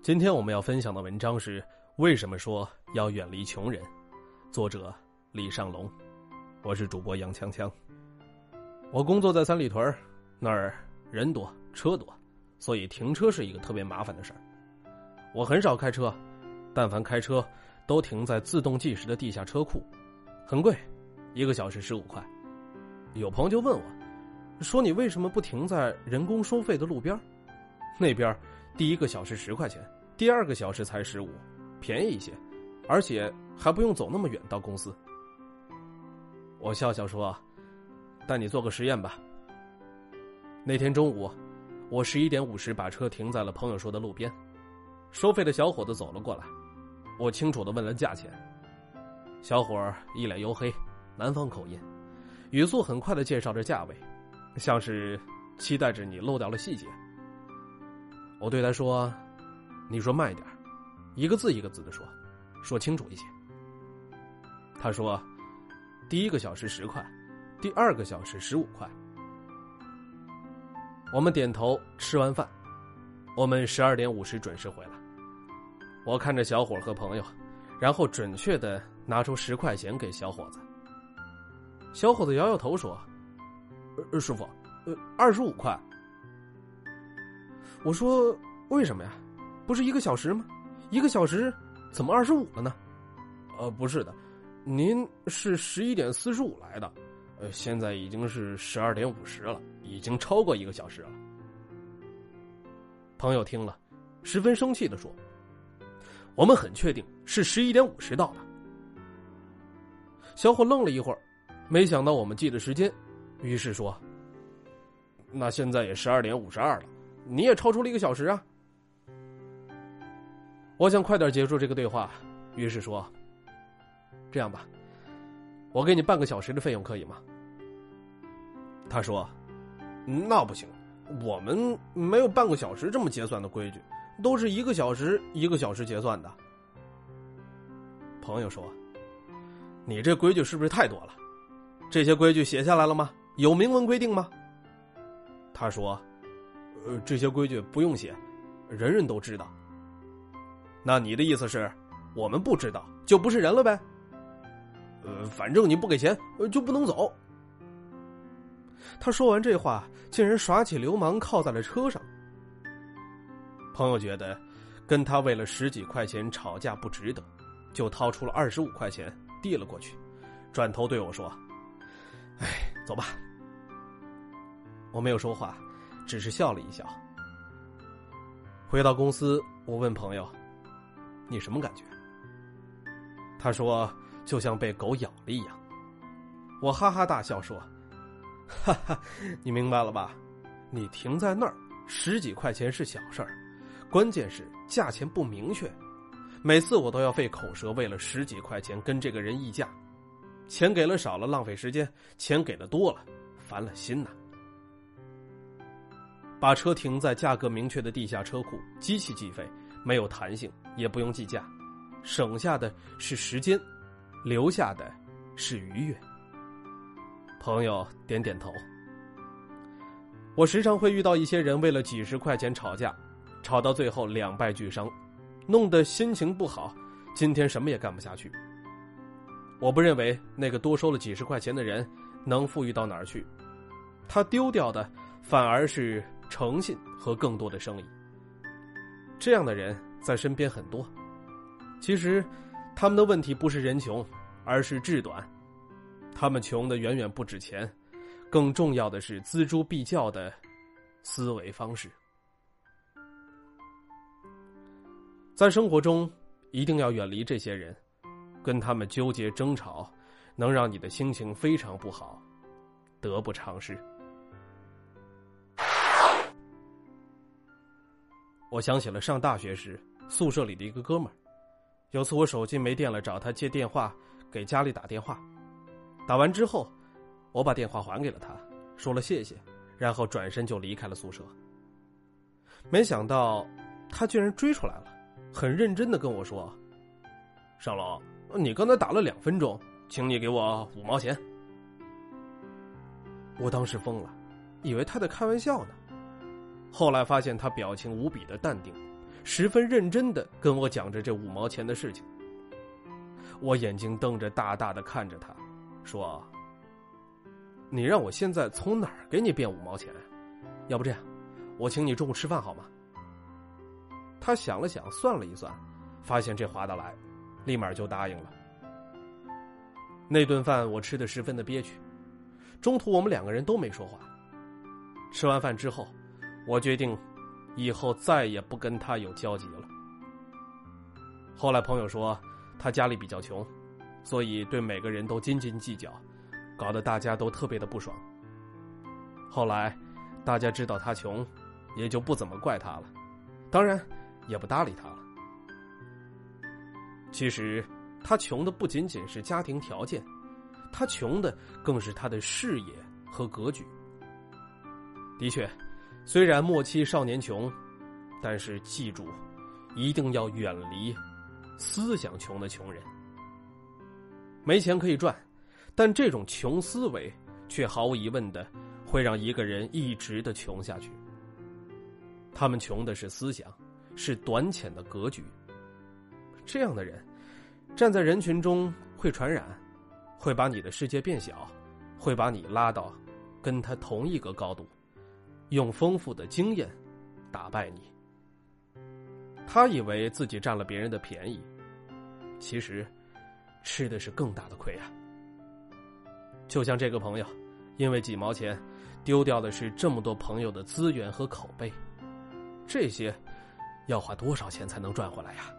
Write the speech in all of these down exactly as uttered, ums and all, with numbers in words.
今天我们要分享的文章是为什么说要远离穷人，作者李尚龙，我是主播杨锵锵。我工作在三里屯，那儿人多车多，所以停车是一个特别麻烦的事儿。我很少开车，但凡开车都停在自动计时的地下车库，很贵，一个小时十五块。有朋友就问我，说你为什么不停在人工收费的路边？那边第一个小时十块钱，第二个小时才十五，便宜一些，而且还不用走那么远到公司。我笑笑说，带你做个实验吧。那天中午，我十一点五十把车停在了朋友说的路边，收费的小伙子走了过来，我清楚地问了价钱。小伙一脸黝黑，南方口音，语速很快地介绍着价位，像是期待着你漏掉了细节。我对他说，你说慢一点，一个字一个字地说，说清楚一些。他说，第一个小时十块，第二个小时十五块。我们点头，吃完饭，我们十二点五十准时回来。我看着小伙和朋友，然后准确地拿出十块钱给小伙子。小伙子摇摇头说，呃、师傅，呃，二十五块。我说，为什么呀？不是一个小时吗？一个小时怎么二十五了呢？呃，不是的，您是十一点四十五来的，呃，现在已经是十二点五十了，已经超过一个小时了。朋友听了，十分生气地说，我们很确定是十一点五十到的。小伙愣了一会儿，没想到我们记得时间，于是说，那现在也十二点五十二了，你也超出了一个小时啊。我想快点结束这个对话，于是说，这样吧，我给你半个小时的费用可以吗？他说，那不行，我们没有半个小时这么结算的规矩，都是一个小时一个小时结算的。朋友说，你这规矩是不是太多了？这些规矩写下来了吗？有明文规定吗？他说，呃，这些规矩不用写，人人都知道。那你的意思是，我们不知道就不是人了呗？呃，反正你不给钱，呃，就不能走。他说完这话，竟然耍起流氓靠在了车上。朋友觉得跟他为了十几块钱吵架不值得，就掏出了二十五块钱递了过去，转头对我说，哎，走吧。我没有说话，只是笑了一笑。回到公司，我问朋友，你什么感觉？他说，就像被狗咬了一样。我哈哈大笑说，哈哈，你明白了吧？你停在那儿，十几块钱是小事儿，关键是价钱不明确。每次我都要费口舌，为了十几块钱跟这个人议价，钱给了少了浪费时间，钱给的多了烦了心呐。把车停在价格明确的地下车库，机器计费，没有弹性，也不用计价，省下的是时间，留下的是愉悦。朋友点点头。我时常会遇到一些人为了几十块钱吵架，吵到最后两败俱伤，弄得心情不好，今天什么也干不下去。我不认为那个多收了几十块钱的人能富裕到哪儿去，他丢掉的反而是诚信和更多的生意。这样的人在身边很多，其实他们的问题不是人穷，而是志短。他们穷的远远不止钱，更重要的是锱铢必较的思维方式。在生活中一定要远离这些人，跟他们纠结争吵，能让你的心情非常不好，得不偿失。我想起了上大学时宿舍里的一个哥们儿，有次我手机没电了，找他借电话给家里打电话，打完之后我把电话还给了他，说了谢谢，然后转身就离开了宿舍。没想到他居然追出来了，很认真地跟我说，尚龙，你刚才打了两分钟，请你给我五毛钱。我当时疯了，以为他在开玩笑呢。后来发现他表情无比的淡定， 十分认真地跟我讲着这五毛钱的事情。我眼睛瞪着大大的看着他，说：“你让我现在从哪儿给你变五毛钱？要不这样，我请你中午吃饭好吗？”他想了想，算了一算，发现这划得来，立马就答应了。那顿饭我吃得十分的憋屈，中途我们两个人都没说话。吃完饭之后，我决定以后再也不跟他有交集了。后来朋友说他家里比较穷，所以对每个人都斤斤计较，搞得大家都特别的不爽。后来大家知道他穷，也就不怎么怪他了，当然也不搭理他了。其实他穷的不仅仅是家庭条件，他穷的更是他的视野和格局。的确，虽然莫欺少年穷，但是记住，一定要远离思想穷的穷人。没钱可以赚，但这种穷思维却毫无疑问的会让一个人一直的穷下去。他们穷的是思想，是短浅的格局。这样的人站在人群中会传染，会把你的世界变小，会把你拉到跟他同一个高度，用丰富的经验打败你。他以为自己占了别人的便宜，其实吃的是更大的亏啊。就像这个朋友，因为几毛钱丢掉的是这么多朋友的资源和口碑，这些要花多少钱才能赚回来呀？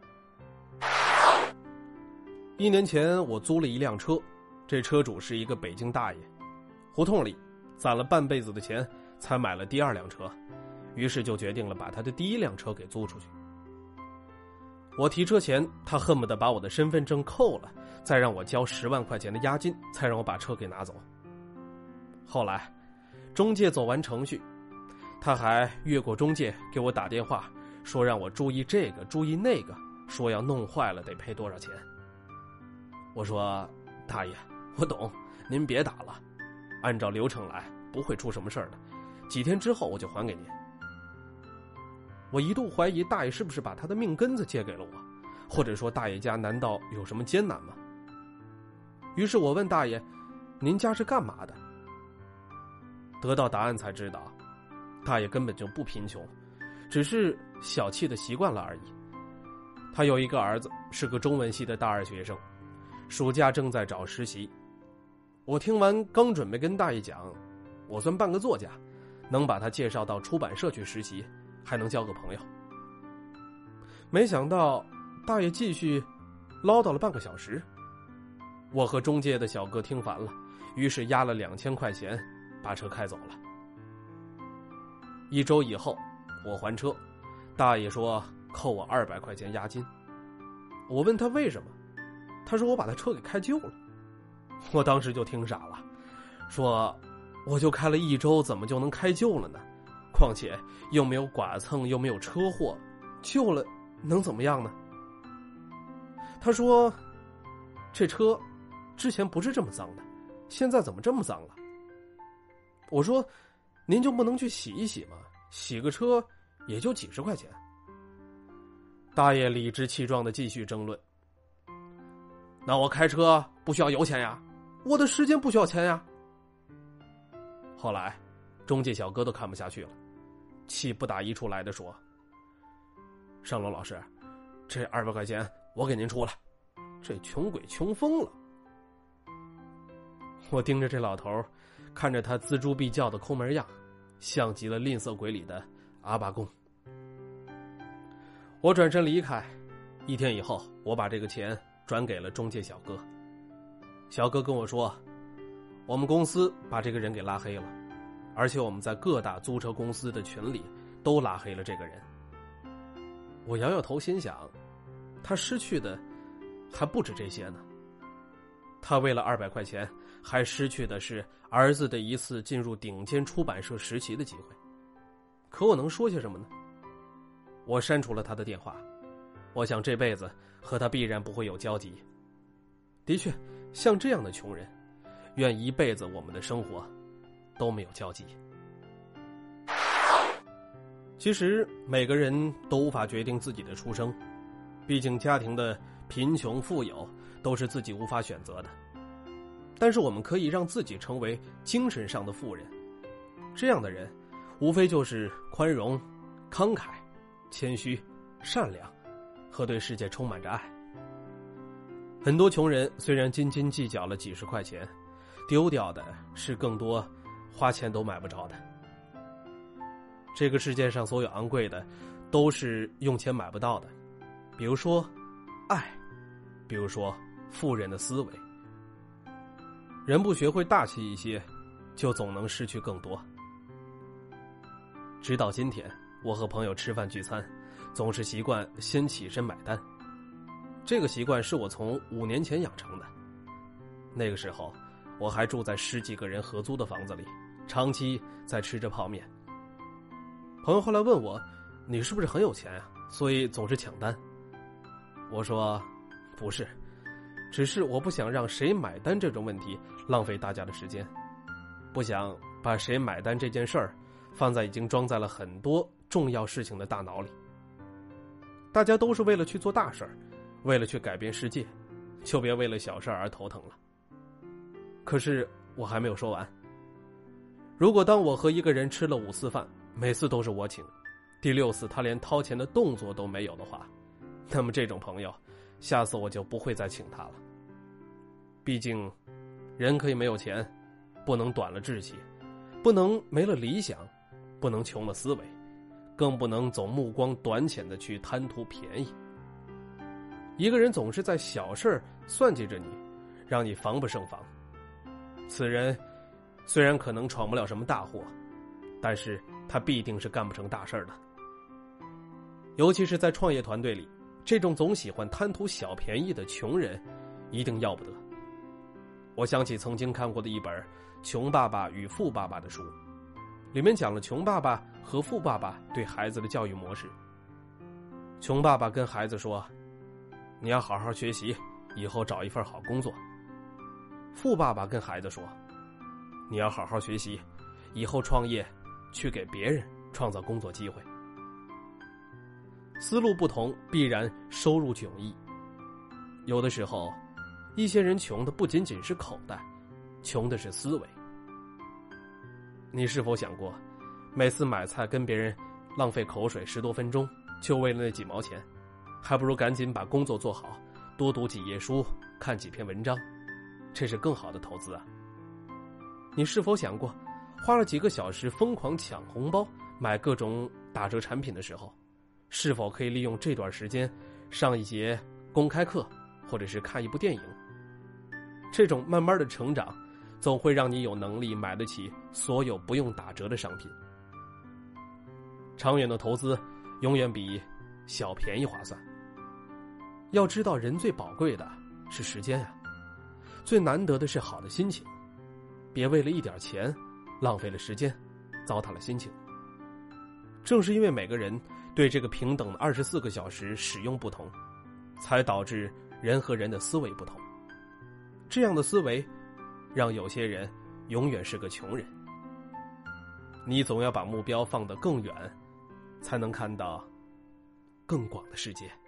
一年前我租了一辆车，这车主是一个北京大爷，胡同里攒了半辈子的钱才买了第二辆车，于是就决定了把他的第一辆车给租出去。我提车前，他恨不得把我的身份证扣了，再让我交十万块钱的押金，才让我把车给拿走。后来中介走完程序，他还越过中介给我打电话，说让我注意这个注意那个，说要弄坏了得赔多少钱。我说：“大爷，我懂，您别打了，按照流程来，不会出什么事儿的，几天之后我就还给您。”我一度怀疑大爷是不是把他的命根子借给了我，或者说大爷家难道有什么艰难吗？于是我问大爷：“您家是干嘛的？”得到答案才知道，大爷根本就不贫穷，只是小气的习惯了而已。他有一个儿子，是个中文系的大二学生，暑假正在找实习。我听完刚准备跟大爷讲，我算半个作家，能把他介绍到出版社去实习，还能交个朋友。没想到大爷继续唠叨了半个小时，我和中介的小哥听烦了，于是押了两千块钱把车开走了。一周以后我还车，大爷说扣我二百块钱押金。我问他为什么，他说我把他车给开旧了。我当时就听傻了，说我就开了一周，怎么就能开旧了呢？况且又没有剐蹭，又没有车祸，旧了能怎么样呢？他说这车之前不是这么脏的，现在怎么这么脏了？我说您就不能去洗一洗吗？洗个车也就几十块钱。大爷理直气壮地继续争论，那我开车不需要油钱呀，我的时间不需要钱呀。后来中介小哥都看不下去了，气不打一处来的说：“尚龙老师，这二百块钱我给您出了，这穷鬼穷疯了。”我盯着这老头，看着他锱铢必较的抠门样，像极了吝啬鬼里的阿巴贡。我转身离开，一天以后我把这个钱转给了中介小哥。小哥跟我说，我们公司把这个人给拉黑了，而且我们在各大租车公司的群里都拉黑了这个人。我摇摇头，心想他失去的还不止这些呢。他为了二百块钱还失去的是儿子的一次进入顶尖出版社实习的机会。可我能说些什么呢？我删除了他的电话，我想这辈子和他必然不会有交集。的确，像这样的穷人，愿一辈子我们的生活都没有交集。 其实每个人都无法决定自己的出生，毕竟家庭的贫穷富有都是自己无法选择的。但是我们可以让自己成为精神上的富人，这样的人无非就是宽容、慷慨、谦虚、善良和对世界充满着爱。很多穷人虽然斤斤计较了几十块钱，丢掉的是更多花钱都买不着的。这个世界上所有昂贵的都是用钱买不到的，比如说爱，比如说富人的思维。人不学会大气一些，就总能失去更多。直到今天，我和朋友吃饭聚餐，总是习惯先起身买单。这个习惯是我从五年前养成的。那个时候，我还住在十几个人合租的房子里，长期在吃着泡面。朋友后来问我，你是不是很有钱啊，所以总是抢单？我说不是，只是我不想让谁买单这种问题浪费大家的时间，不想把谁买单这件事儿放在已经装载了很多重要事情的大脑里。大家都是为了去做大事儿，为了去改变世界，就别为了小事而头疼了。可是我还没有说完。如果当我和一个人吃了五次饭，每次都是我请，第六次他连掏钱的动作都没有的话，那么这种朋友下次我就不会再请他了。毕竟人可以没有钱，不能短了志气，不能没了理想，不能穷了思维，更不能总目光短浅的去贪图便宜。一个人总是在小事算计着你，让你防不胜防。此人虽然可能闯不了什么大祸，但是他必定是干不成大事的。尤其是在创业团队里，这种总喜欢贪图小便宜的穷人一定要不得。我想起曾经看过的一本《穷爸爸与富爸爸》的书，里面讲了穷爸爸和富爸爸对孩子的教育模式。穷爸爸跟孩子说，你要好好学习，以后找一份好工作。富爸爸跟孩子说，你要好好学习，以后创业，去给别人创造工作机会。思路不同，必然收入迥异。有的时候，一些人穷的不仅仅是口袋，穷的是思维。你是否想过，每次买菜跟别人浪费口水十多分钟，就为了那几毛钱，还不如赶紧把工作做好，多读几页书，看几篇文章，这是更好的投资啊。你是否想过，花了几个小时疯狂抢红包，买各种打折产品的时候，是否可以利用这段时间上一节公开课，或者是看一部电影？这种慢慢的成长，总会让你有能力买得起所有不用打折的商品。长远的投资永远比小便宜划算。要知道，人最宝贵的是时间啊，最难得的是好的心情。别为了一点钱浪费了时间，糟蹋了心情。正是因为每个人对这个平等的二十四个小时使用不同，才导致人和人的思维不同。这样的思维让有些人永远是个穷人。你总要把目标放得更远，才能看到更广的世界。